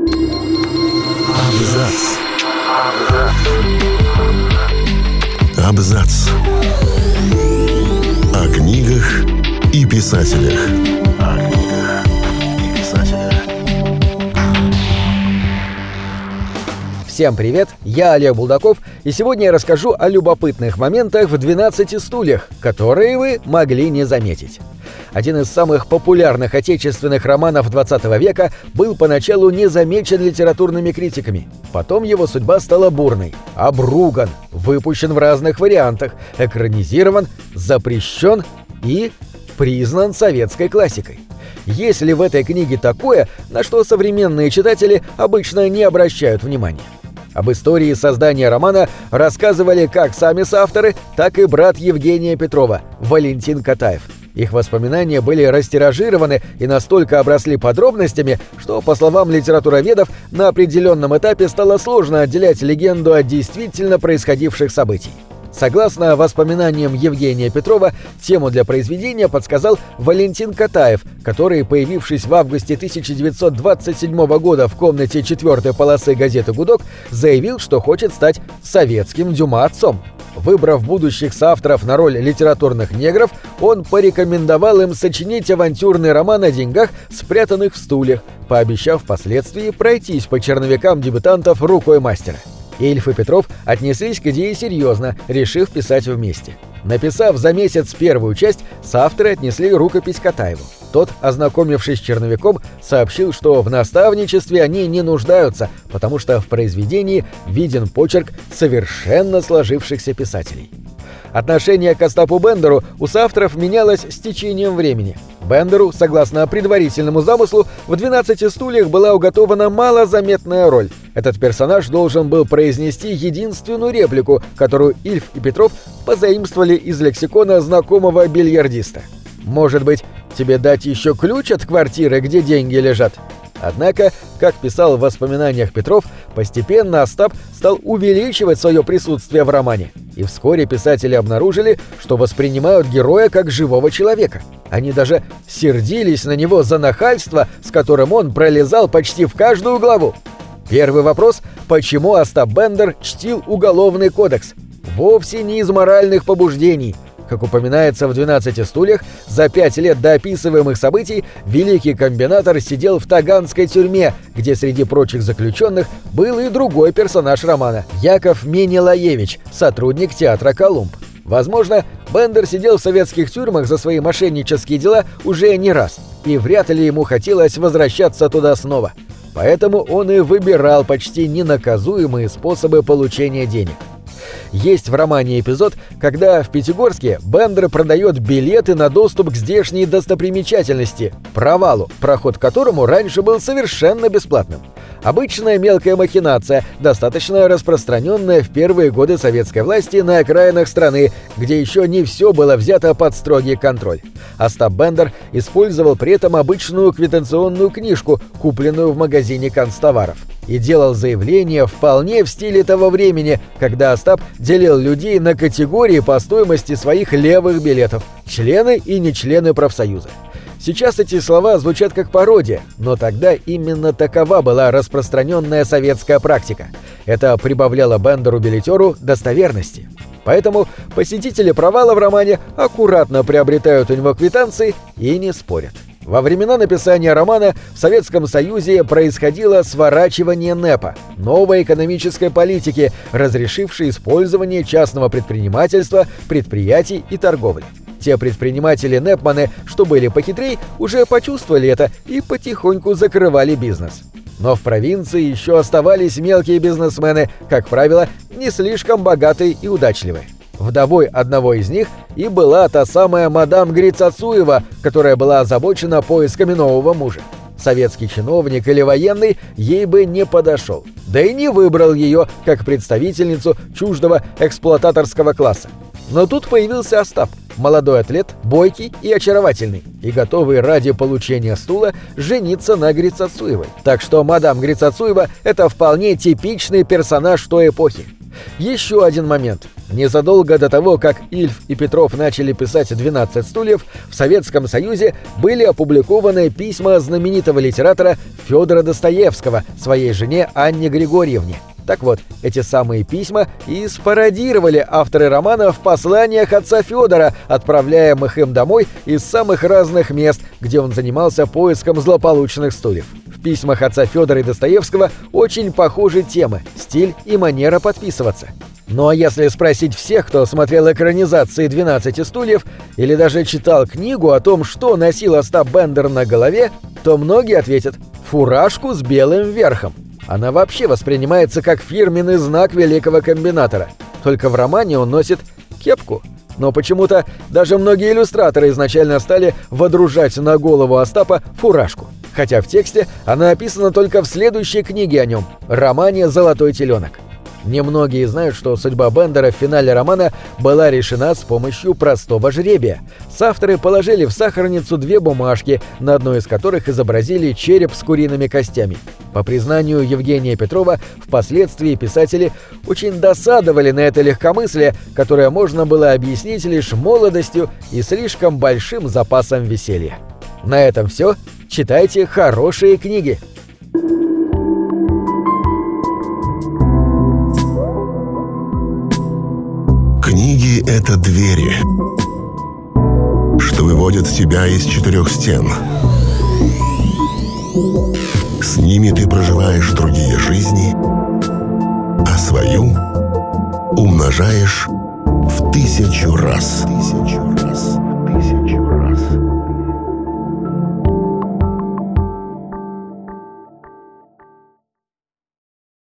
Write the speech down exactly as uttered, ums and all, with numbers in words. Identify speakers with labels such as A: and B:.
A: Абзац. Абзац. О книгах и писателях. О книгах и писателях.
B: Всем привет, я Олег Булдаков, и сегодня я расскажу о любопытных моментах в «двенадцати стульях», которые вы могли не заметить. Один из самых популярных отечественных романов двадцатого века был поначалу не замечен литературными критиками. Потом его судьба стала бурной. Обруган, выпущен в разных вариантах, экранизирован, запрещен и признан советской классикой. Есть ли в этой книге такое, на что современные читатели обычно не обращают внимания? Об истории создания романа рассказывали как сами соавторы, так и брат Евгения Петрова, Валентин Катаев. Их воспоминания были растиражированы и настолько обросли подробностями, что, по словам литературоведов, на определенном этапе стало сложно отделять легенду от действительно происходивших событий. Согласно воспоминаниям Евгения Петрова, тему для произведения подсказал Валентин Катаев, который, появившись в августе тысяча девятьсот двадцать седьмого года в комнате четвертой полосы газеты «Гудок», заявил, что хочет стать советским Дюма-отцом. Выбрав будущих соавторов на роль литературных негров, он порекомендовал им сочинить авантюрный роман о деньгах, спрятанных в стульях, пообещав впоследствии пройтись по черновикам дебютантов рукой мастера. Ильф и Петров отнеслись к идее серьезно, решив писать вместе. Написав за месяц первую часть, соавторы отнесли рукопись Катаеву. Тот, ознакомившись с черновиком, сообщил, что в наставничестве они не нуждаются, потому что в произведении виден почерк совершенно сложившихся писателей. Отношение к Остапу Бендеру у соавторов менялось с течением времени. Бендеру, согласно предварительному замыслу, в «двенадцати стульях» была уготована малозаметная роль. Этот персонаж должен был произнести единственную реплику, которую Ильф и Петров позаимствовали из лексикона знакомого бильярдиста. «Может быть, тебе дать еще ключ от квартиры, где деньги лежат?» Однако, как писал в воспоминаниях Петров, постепенно Остап стал увеличивать свое присутствие в романе. И вскоре писатели обнаружили, что воспринимают героя как живого человека. Они даже сердились на него за нахальство, с которым он пролезал почти в каждую главу. Первый вопрос – почему Остап Бендер чтил Уголовный кодекс? Вовсе не из моральных побуждений. Как упоминается в «двенадцати стульях», за пять лет до описываемых событий великий комбинатор сидел в таганской тюрьме, где среди прочих заключенных был и другой персонаж романа – Яков Менелаевич, сотрудник театра «Колумб». Возможно, Бендер сидел в советских тюрьмах за свои мошеннические дела уже не раз, и вряд ли ему хотелось возвращаться туда снова. Поэтому он и выбирал почти ненаказуемые способы получения денег. Есть в романе эпизод, когда в Пятигорске Бендер продает билеты на доступ к здешней достопримечательности – Провалу, проход к которому раньше был совершенно бесплатным. Обычная мелкая махинация, достаточно распространенная в первые годы советской власти на окраинах страны, где еще не все было взято под строгий контроль. Остап Бендер использовал при этом обычную квитанционную книжку, купленную в магазине канцтоваров, и делал заявления вполне в стиле того времени, когда Остап делил людей на категории по стоимости своих левых билетов – члены и нечлены профсоюза. Сейчас эти слова звучат как пародия, но тогда именно такова была распространенная советская практика. Это прибавляло Бендеру-билетеру достоверности. Поэтому посетители Провала в романе аккуратно приобретают у него квитанции и не спорят. Во времена написания романа в Советском Союзе происходило сворачивание НЭПа, новой экономической политики, разрешившей использование частного предпринимательства, предприятий и торговли. Те предприниматели-непманы, что были похитрей, уже почувствовали это и потихоньку закрывали бизнес. Но в провинции еще оставались мелкие бизнесмены, как правило, не слишком богатые и удачливые. Вдовой одного из них и была та самая мадам Грицацуева, которая была озабочена поисками нового мужа. Советский чиновник или военный ей бы не подошел, да и не выбрал ее как представительницу чуждого эксплуататорского класса. Но тут появился Остап, молодой атлет, бойкий и очаровательный, и готовый ради получения стула жениться на Грицацуевой. Так что мадам Грицацуева – это вполне типичный персонаж той эпохи. Еще один момент. Незадолго до того, как Ильф и Петров начали писать «двенадцать стульев», в Советском Союзе были опубликованы письма знаменитого литератора Федора Достоевского своей жене Анне Григорьевне. Так вот, эти самые письма и спародировали авторы романа в посланиях отца Федора, отправляемых им домой из самых разных мест, где он занимался поиском злополучных стульев. В письмах отца Федора и Достоевского очень похожи темы, стиль и манера подписываться. Ну а если спросить всех, кто смотрел экранизации «двенадцати стульев» или даже читал книгу о том, что носил Остап Бендер на голове, то многие ответят «фуражку с белым верхом». Она вообще воспринимается как фирменный знак великого комбинатора. Только в романе он носит кепку. Но почему-то даже многие иллюстраторы изначально стали водружать на голову Остапа фуражку. Хотя в тексте она описана только в следующей книге о нем – романе «Золотой теленок». Немногие знают, что судьба Бендера в финале романа была решена с помощью простого жребия. Соавторы положили в сахарницу две бумажки, на одной из которых изобразили череп с куриными костями. По признанию Евгения Петрова, впоследствии писатели очень досадовали на это легкомыслие, которое можно было объяснить лишь молодостью и слишком большим запасом веселья. На этом все. Читайте хорошие книги.
A: Книги — это двери, что выводят тебя из четырех стен. С ними ты проживаешь другие жизни, а свою умножаешь в тысячу раз. Тысячу раз. Тысячу.